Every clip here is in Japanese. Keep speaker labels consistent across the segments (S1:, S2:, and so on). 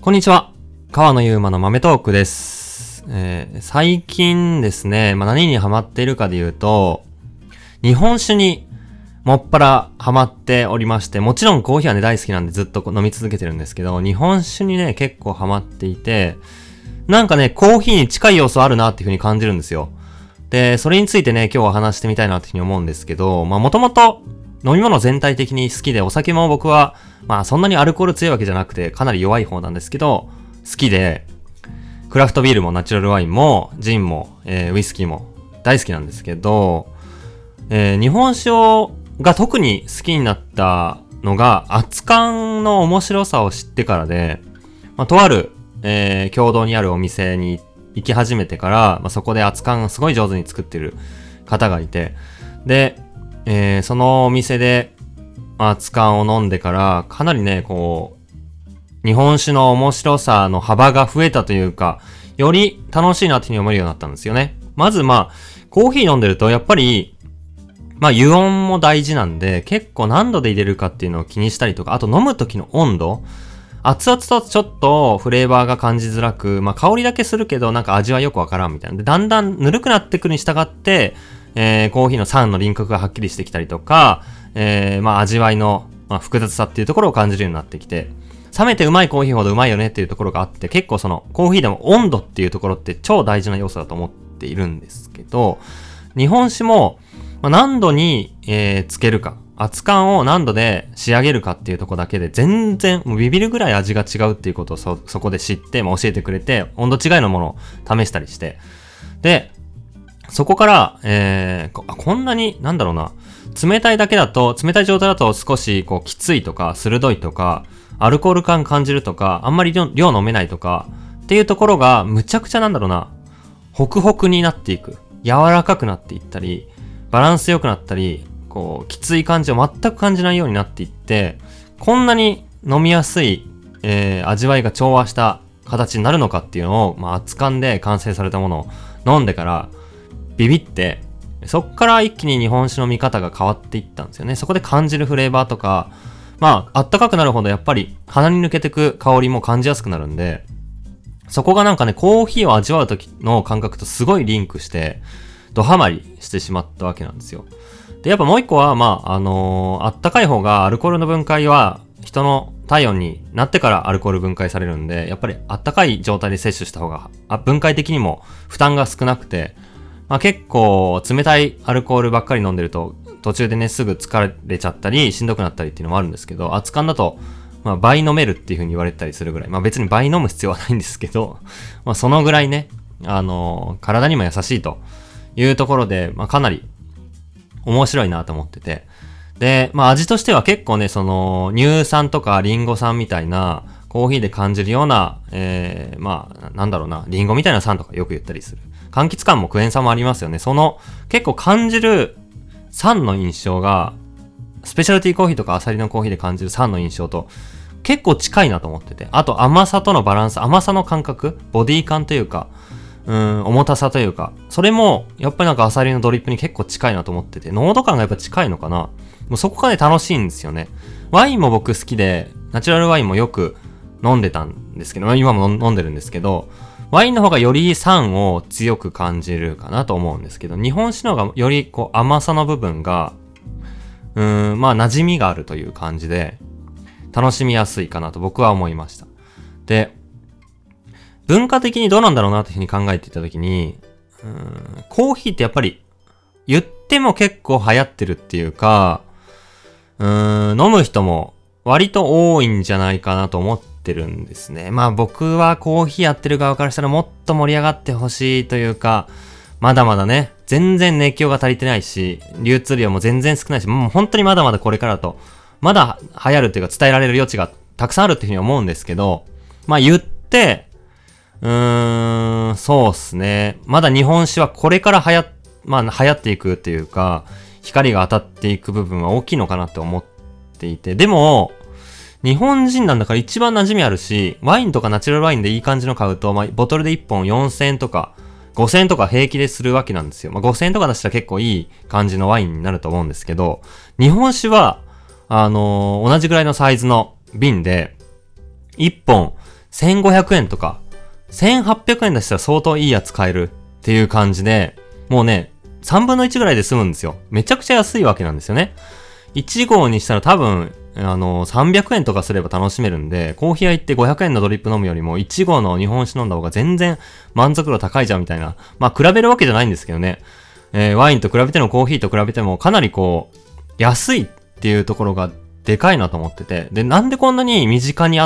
S1: こんにちは。川野ゆうまの豆トークです。最近ですね、何にハマっているかで言うと、日本酒にもっぱらハマっておりまして、もちろんコーヒーはね大好きなんでずっと飲み続けてるんですけど、日本酒にね結構ハマっていて、なんかねコーヒーに近い要素あるなっていう風に感じるんですよ。で、それについてね今日は話してみたいなっていう風に思うんですけど、もともと飲み物全体的に好きで、お酒も僕はそんなにアルコール強いわけじゃなくてかなり弱い方なんですけど好きで、クラフトビールもナチュラルワインもジンも、ウイスキーも大好きなんですけど、日本酒が特に好きになったのが熱燗の面白さを知ってからで、とある、共同にあるお店に行き始めてから、そこで熱燗すごい上手に作ってる方がいて、で、そのお店で熱燗を飲んでからかなりね日本酒の面白さの幅が増えたというか、より楽しいなっていうふうに思えるようになったんですよね。まずコーヒー飲んでるとやっぱり油温も大事なんで、結構何度で入れるかっていうのを気にしたりとか、あと飲む時の温度、熱々とちょっとフレーバーが感じづらく、香りだけするけどなんか味はよくわからんみたいな。で、だんだんぬるくなってくるに従って、コーヒーの酸の輪郭がはっきりしてきたりとか、味わいの、複雑さっていうところを感じるようになってきて、冷めてうまいコーヒーほどうまいよねっていうところがあって、結構そのコーヒーでも温度っていうところって超大事な要素だと思っているんですけど、日本酒も、何度に、つけるか、熱燗を何度で仕上げるかっていうところだけで全然もうビビるぐらい味が違うっていうことをそこで知って、教えてくれて、温度違いのものを試したりして、でそこから、こんなに冷たいだけだと、冷たい状態だと少しきついとか鋭いとかアルコール感感じるとか、あんまり量飲めないとかっていうところがむちゃくちゃホクホクになっていく、柔らかくなっていったり、バランス良くなったり、きつい感じを全く感じないようになっていって、こんなに飲みやすい、味わいが調和した形になるのかっていうのを、熱燗で完成されたものを飲んでからビビって、そっから一気に日本酒の見方が変わっていったんですよね。そこで感じるフレーバーとか、あったかくなるほどやっぱり鼻に抜けてく香りも感じやすくなるんで、そこがコーヒーを味わう時の感覚とすごいリンクしてドハマりしてしまったわけなんですよ。で、やっぱもう一個はあったかい方がアルコールの分解は人の体温になってからアルコール分解されるんで、やっぱりあったかい状態で摂取した方が分解的にも負担が少なくて、結構冷たいアルコールばっかり飲んでると途中でねすぐ疲れちゃったりしんどくなったりっていうのもあるんですけど、熱燗だと倍飲めるっていう風に言われたりするぐらい、別に倍飲む必要はないんですけど、そのぐらいね体にも優しいというところで、かなり面白いなと思ってて、で味としては結構ね乳酸とかリンゴ酸みたいなコーヒーで感じるようなリンゴみたいな酸とかよく言ったりする。柑橘感もクエン酸もありますよね。その結構感じる酸の印象がスペシャルティーコーヒーとかアサリのコーヒーで感じる酸の印象と結構近いなと思ってて、あと甘さとのバランス、甘さの感覚、ボディ感というか重たさというか、それもやっぱりアサリのドリップに結構近いなと思ってて、濃度感がやっぱ近いのかな。もうそこがね楽しいんですよね。ワインも僕好きでナチュラルワインもよく飲んでたんですけど、今も飲んでるんですけど、ワインの方がより酸を強く感じるかなと思うんですけど、日本酒の方がより甘さの部分が馴染みがあるという感じで楽しみやすいかなと僕は思いました。で、文化的にどうなんだろうなというふうに考えていたときに、コーヒーってやっぱり言っても結構流行ってるっていうか、飲む人も割と多いんじゃないかなと思ってるんですね。僕はコーヒーやってる側からしたらもっと盛り上がってほしいというか、まだまだね全然熱狂が足りてないし、流通量も全然少ないし、もう本当にまだまだこれからとまだ流行るっていうか伝えられる余地がたくさんあるっていうふうに思うんですけど、言ってそうっすね、まだ日本酒はこれから流行っていくっていうか、光が当たっていく部分は大きいのかなって思っていて、でも日本人なんだから一番馴染みあるし、ワインとかナチュラルワインでいい感じの買うと、ボトルで1本4000円とか5000円とか平気でするわけなんですよ。5000円とか出したら結構いい感じのワインになると思うんですけど、日本酒は同じぐらいのサイズの瓶で1本 1500円とか、1800円出したら相当いいやつ買えるっていう感じで、もうね、3分の1ぐらいで済むんですよ。めちゃくちゃ安いわけなんですよね。1号にしたら多分、300円とかすれば楽しめるんで、コーヒー屋行って500円のドリップ飲むよりも、1号の日本酒飲んだ方が全然満足度高いじゃんみたいな。まあ、比べるわけじゃないんですけどね。ワインと比べてもコーヒーと比べてもかなりこう、安いっていうところがでかいなと思ってて。で、なんでこんなに身近にあって、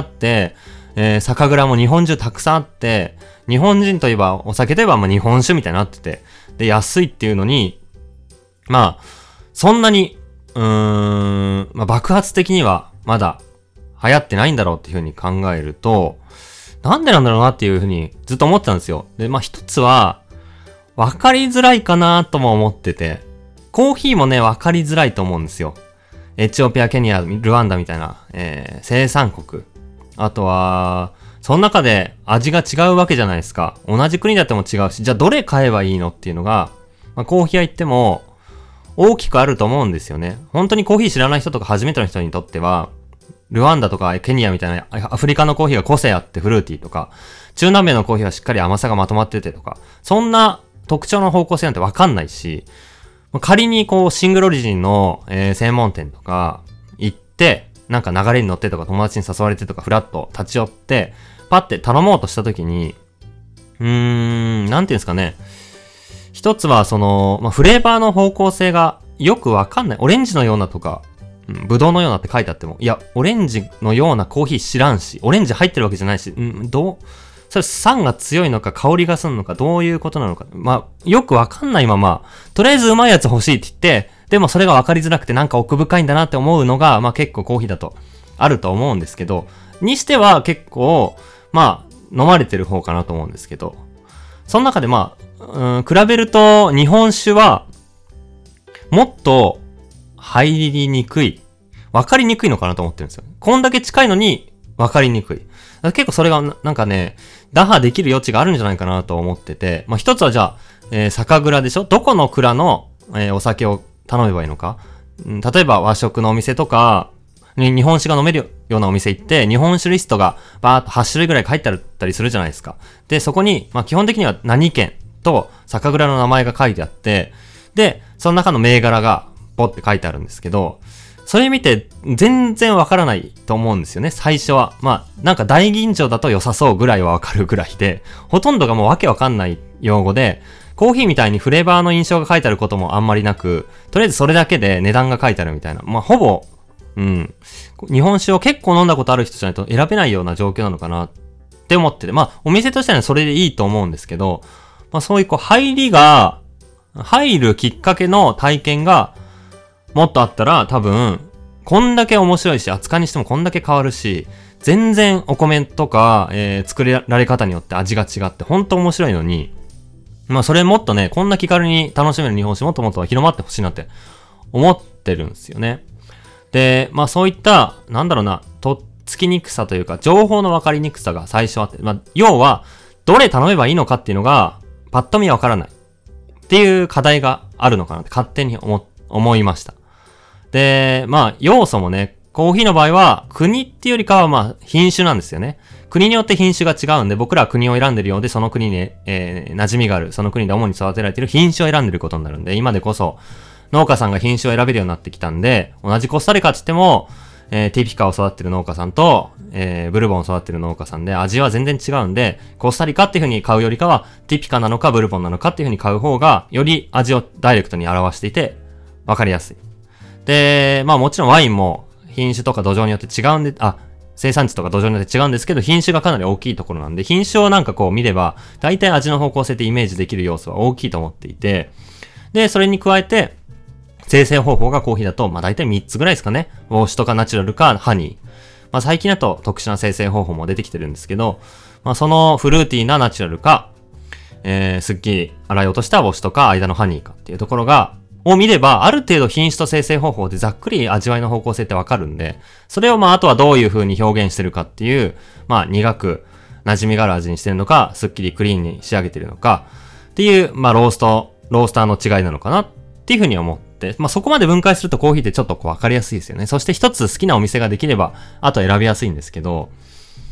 S1: 酒蔵も日本中たくさんあって、日本人といえば、お酒といえば日本酒みたいになってて、で、安いっていうのに、まあ、そんなに、爆発的にはまだ流行ってないんだろうっていうふうに考えると、なんでなんだろうなっていうふうにずっと思ってたんですよ。で、まあ一つは、わかりづらいかなとも思ってて、コーヒーもね、わかりづらいと思うんですよ。エチオピア、ケニア、ルワンダみたいな、生産国。あとは、その中で味が違うわけじゃないですか。同じ国だっても違うし、じゃあどれ買えばいいのっていうのが、まあ、コーヒー屋行っても、大きくあると思うんですよね。本当にコーヒー知らない人とか初めての人にとっては、ルワンダとかケニアみたいなアフリカのコーヒーが個性あってフルーティーとか、中南米のコーヒーはしっかり甘さがまとまっててとか、そんな特徴の方向性なんてわかんないし、仮にこうシングルオリジンの、専門店とか行って、なんか流れに乗ってとか友達に誘われてとかフラッと立ち寄って、パッて頼もうとした時に、なんていうんですかね。一つはその、フレーバーの方向性がよくわかんない。オレンジのようなとか、ブドウのようなって書いてあっても、いや、オレンジのようなコーヒー知らんし、オレンジ入ってるわけじゃないし、それ酸が強いのか香りがするのかどういうことなのか。よくわかんないまま、とりあえずうまいやつ欲しいって言って、でもそれがわかりづらくてなんか奥深いんだなって思うのが、結構コーヒーだとあると思うんですけど、にしては結構、飲まれてる方かなと思うんですけど、その中で比べると日本酒は、もっと入りにくい。わかりにくいのかなと思ってるんですよ。こんだけ近いのにわかりにくい。結構それがなんかね、打破できる余地があるんじゃないかなと思ってて、一つはじゃあ、酒蔵でしょ？どこの蔵の、お酒を頼めばいいのか？例えば和食のお店とか、日本酒が飲めるようなお店行って、日本酒リストがバーっと8種類ぐらい書いてあったりするじゃないですか。で、そこに、基本的には何県と酒蔵の名前が書いてあって、で、その中の銘柄がポって書いてあるんですけど、それ見て全然わからないと思うんですよね、最初は。なんか大吟醸だと良さそうぐらいはわかるぐらいで、ほとんどがもうわけわかんない用語で、コーヒーみたいにフレーバーの印象が書いてあることもあんまりなく、とりあえずそれだけで値段が書いてあるみたいな。ほぼ、日本酒を結構飲んだことある人じゃないと選べないような状況なのかなって思ってて、お店としてはそれでいいと思うんですけど、そういう入るきっかけの体験がもっとあったら多分、こんだけ面白いし、扱いにしてもこんだけ変わるし、全然お米とか、作られ方によって味が違って本当面白いのに、それもっとね、こんな気軽に楽しめる日本酒もっともっと広まってほしいなって思ってるんですよね。で、そういった、とっつきにくさというか、情報の分かりにくさが最初あって、要は、どれ頼めばいいのかっていうのが、パッと見わからないっていう課題があるのかなって勝手に思いました。で、要素もね、コーヒーの場合は、国っていうよりかは品種なんですよね。国によって品種が違うんで、僕らは国を選んでるようで、その国に、馴染みがある、その国で主に育てられている品種を選んでることになるんで、今でこそ、農家さんが品種を選べるようになってきたんで、同じコスタリカって言っても、ティピカを育ってる農家さんと、ブルボンを育ってる農家さんで、味は全然違うんで、コスタリカっていう風に買うよりかは、ティピカなのかブルボンなのかっていう風に買う方が、より味をダイレクトに表していて、わかりやすい。で、もちろんワインも品種とか土壌によって違うんで、生産地とか土壌によって違うんですけど、品種がかなり大きいところなんで、品種を見れば、大体味の方向性ってイメージできる要素は大きいと思っていて、で、それに加えて、生成方法がコーヒーだと、大体3つぐらいですかね。ウォッシュとかナチュラルかハニー。最近だと特殊な生成方法も出てきてるんですけど、そのフルーティーなナチュラルか、すっきり洗い落としたウォッシュとか間のハニーかっていうところを見れば、ある程度品種と生成方法でざっくり味わいの方向性ってわかるんで、それをあとはどういう風に表現してるかっていう、苦く馴染みがある味にしてるのか、すっきりクリーンに仕上げてるのか、っていう、ロースターの違いなのかなっていう風に思って、そこまで分解するとコーヒーってちょっとわかりやすいですよね。そして一つ好きなお店ができれば、あと選びやすいんですけど、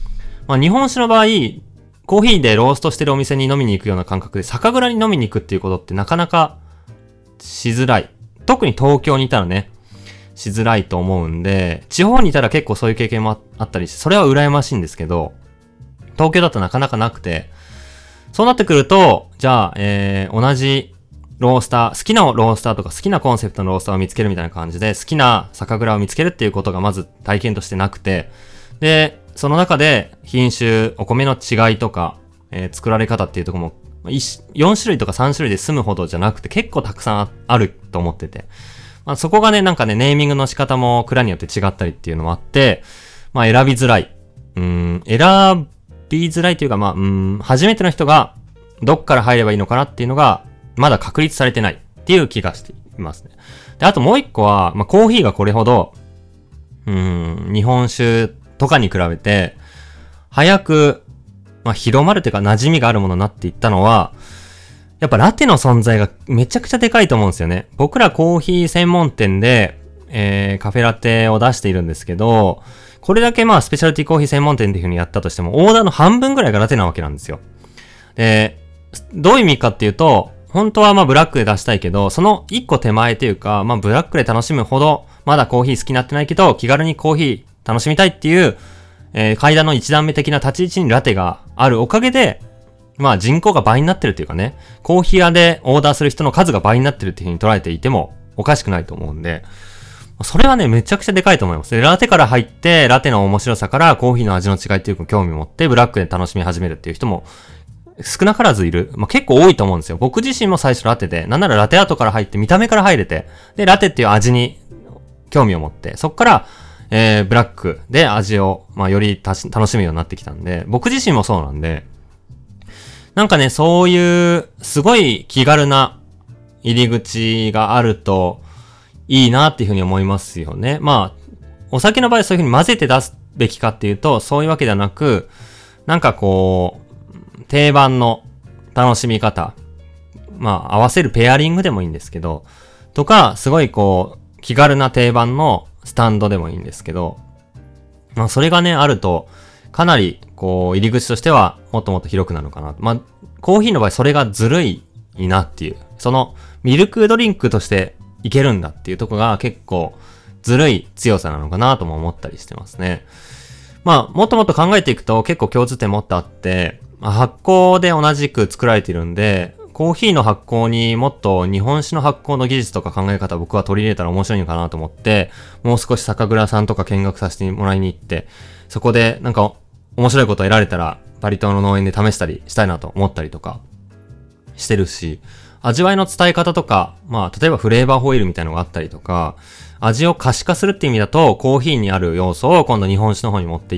S1: まあ日本酒の場合、コーヒーでローストしてるお店に飲みに行くような感覚で酒蔵に飲みに行くっていうことってなかなかしづらい。特に東京にいたらね、しづらいと思うんで、地方にいたら結構そういう経験もあったりして、それは羨ましいんですけど、東京だとなかなかなくて、そうなってくると、じゃあ、同じロースター、好きなロースターとか好きなコンセプトのロースターを見つけるみたいな感じで、好きな酒蔵を見つけるっていうことがまず体験としてなくて、で、その中で品種、お米の違いとか、作られ方っていうところも、4種類とか3種類で済むほどじゃなくて結構たくさんあると思ってて、まあ、そこがね、なんかね、ネーミングの仕方も蔵によって違ったりっていうのもあって、まあ選びづらい。選びづらいというか、まあ、初めての人がどっから入ればいいのかなっていうのが、まだ確立されてないっていう気がしていますね。で、あともう一個は、まあ、コーヒーがこれほど、日本酒とかに比べて、早く、まあ、広まるというか馴染みがあるものになっていったのは、やっぱラテの存在がめちゃくちゃでかいと思うんですよね。僕らコーヒー専門店で、カフェラテを出しているんですけど、これだけまあスペシャルティコーヒー専門店っていう風にやったとしても、オーダーの半分ぐらいがラテなわけなんですよ。で、どういう意味かっていうと、本当はまあブラックで出したいけど、その一個手前というか、まあブラックで楽しむほど、まだコーヒー好きになってないけど、気軽にコーヒー楽しみたいっていう、階段の一段目的な立ち位置にラテがあるおかげで、まあ人口が倍になってるというかね、コーヒー屋でオーダーする人の数が倍になってるっていう風に捉えていてもおかしくないと思うんで、それはね、めちゃくちゃでかいと思います。で、ラテから入って、ラテの面白さからコーヒーの味の違いっていうの興味を持って、ブラックで楽しみ始めるっていう人も少なからずいる。まあ、結構多いと思うんですよ。僕自身も最初ラテで、なんならラテアートから入って見た目から入れて、で、ラテっていう味に興味を持って、そっから、ブラックで味を、まあ、より楽しむようになってきたんで、僕自身もそうなんで、なんかね、そういう、すごい気軽な入り口があるといいなっていうふうに思いますよね。まあ、お酒の場合そういうふうに混ぜて出すべきかっていうと、そういうわけではなく、なんかこう、定番の楽しみ方。まあ、合わせるペアリングでもいいんですけど、とか、すごいこう、気軽な定番のスタンドでもいいんですけど、まあ、それがね、あると、かなり、こう、入り口としては、もっともっと広くなるのかな。まあ、コーヒーの場合、それがずるいなっていう。その、ミルクドリンクとしていけるんだっていうとこが結構、ずるい強さなのかなとも思ったりしてますね。まあ、もっともっと考えていくと結構共通点もっとあって、発酵で同じく作られているんで、コーヒーの発酵にもっと日本酒の発酵の技術とか考え方を僕は取り入れたら面白いのかなと思って、もう少し酒蔵さんとか見学させてもらいに行って、そこでなんか面白いことを得られたらバリ島の農園で試したりしたいなと思ったりとかしてるし、味わいの伝え方とか、まあ例えばフレーバーホイールみたいなのがあったりとか、味を可視化するっていう意味だとコーヒーにある要素を今度日本酒の方に持っていって、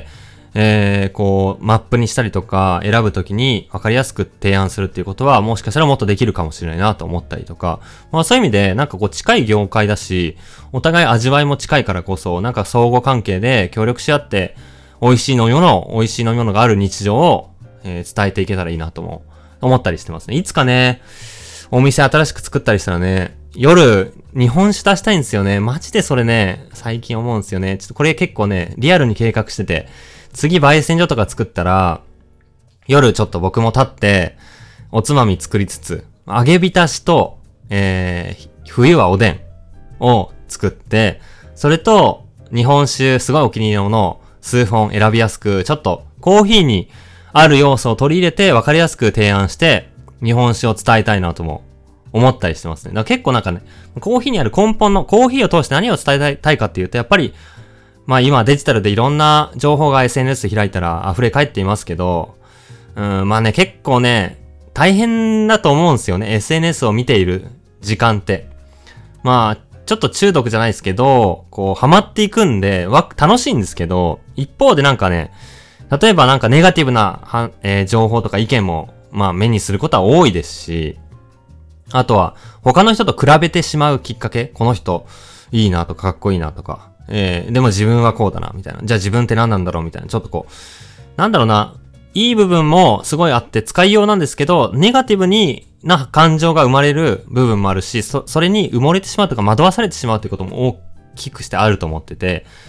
S1: こう、マップにしたりとか、選ぶときに分かりやすく提案するっていうことは、もしかしたらもっとできるかもしれないなと思ったりとか、まあそういう意味で、なんかこう近い業界だし、お互い味わいも近いからこそ、なんか相互関係で協力し合って、美味しい飲み物がある日常を、伝えていけたらいいなとも思ったりしてますね。いつかね、お店新しく作ったりしたらね、夜、日本酒出したいんですよね。マジでそれね、最近思うんですよね。ちょっとこれ結構ね、リアルに計画してて、次焙煎所とか作ったら、夜ちょっと僕も立って、おつまみ作りつつ、揚げ浸しと、冬はおでんを作って、それと日本酒すごいお気に入りのものを数本選びやすく、ちょっとコーヒーにある要素を取り入れて分かりやすく提案して、日本酒を伝えたいなとも思ったりしてますね。だから結構なんかね、コーヒーにある根本の、コーヒーを通して何を伝えたいかっていうと、やっぱり、まあ今デジタルでいろんな情報が SNS で開いたら溢れ返っていますけど、まあね、結構ね、大変だと思うんですよね。SNS を見ている時間って。まあ、ちょっと中毒じゃないですけど、こう、ハマっていくんで、楽しいんですけど、一方でなんかね、例えばなんかネガティブな、情報とか意見も、まあ目にすることは多いですし、あとは、他の人と比べてしまうきっかけ、この人、いいなとかかっこいいなとか、でも自分はこうだな、みたいな。じゃあ自分って何なんだろうみたいな。ちょっとこう、なんだろうな、いい部分もすごいあって使いようなんですけど、ネガティブな感情が生まれる部分もあるし、それに埋もれてしまうとか惑わされてしまうということも大きくしてあると思ってて、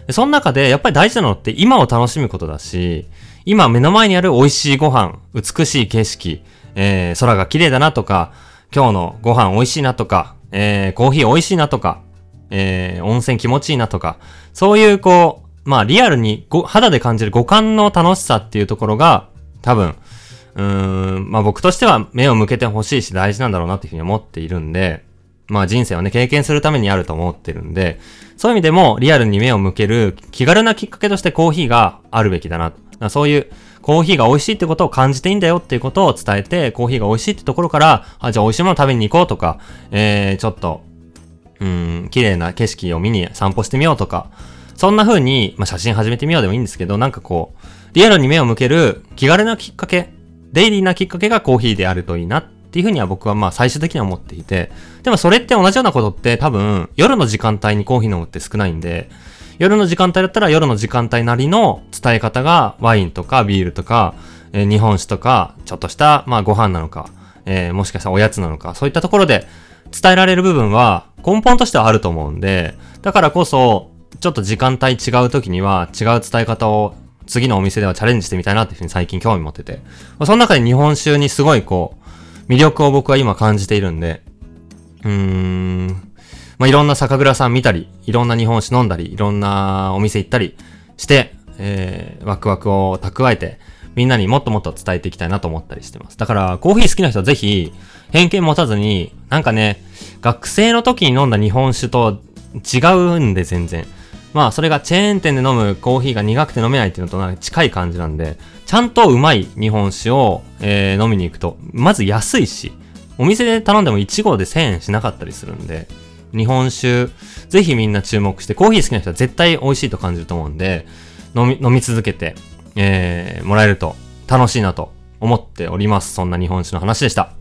S1: その中でやっぱり大事なのって今を楽しむことだし、今目の前にある美味しいご飯、美しい景色、空が綺麗だなとか、今日のご飯美味しいなとか、コーヒー美味しいなとか、温泉気持ちいいなとか、そういうリアルに肌で感じる五感の楽しさっていうところが、多分、僕としては目を向けてほしいし大事なんだろうなっていうふうに思っているんで、人生をね、経験するためにあると思ってるんで、そういう意味でもリアルに目を向ける気軽なきっかけとしてコーヒーがあるべきだな。そういうコーヒーが美味しいってことを感じていいんだよっていうことを伝えて、コーヒーが美味しいってところから、じゃあ美味しいもの食べに行こうとか、ちょっと、綺麗な景色を見に散歩してみようとか、そんな風に、写真始めてみようでもいいんですけど、リアルに目を向ける気軽なきっかけ、デイリーなきっかけがコーヒーであるといいなっていう風には僕は最終的には思っていて、でもそれって同じようなことって多分夜の時間帯にコーヒー飲むって少ないんで、夜の時間帯だったら夜の時間帯なりの伝え方がワインとかビールとか、日本酒とか、ちょっとしたご飯なのか、もしかしたらおやつなのか、そういったところで伝えられる部分は根本としてはあると思うんで、だからこそちょっと時間帯違う時には違う伝え方を次のお店ではチャレンジしてみたいなっていうふうに最近興味持ってて、その中で日本酒にすごい魅力を僕は今感じているんで、いろんな酒蔵さん見たり、いろんな日本酒飲んだり、いろんなお店行ったりして、ワクワクを蓄えて、みんなにもっともっと伝えていきたいなと思ったりしてます。だからコーヒー好きな人はぜひ偏見持たずに、学生の時に飲んだ日本酒と違うんで全然。それがチェーン店で飲むコーヒーが苦くて飲めないっていうのと近い感じなんで、ちゃんとうまい日本酒を、飲みに行くと、まず安いし、お店で頼んでも1合で1000円しなかったりするんで、日本酒、ぜひみんな注目して、コーヒー好きな人は絶対美味しいと感じると思うんで、飲み続けて、もらえると楽しいなと思っております。そんな日本酒の話でした。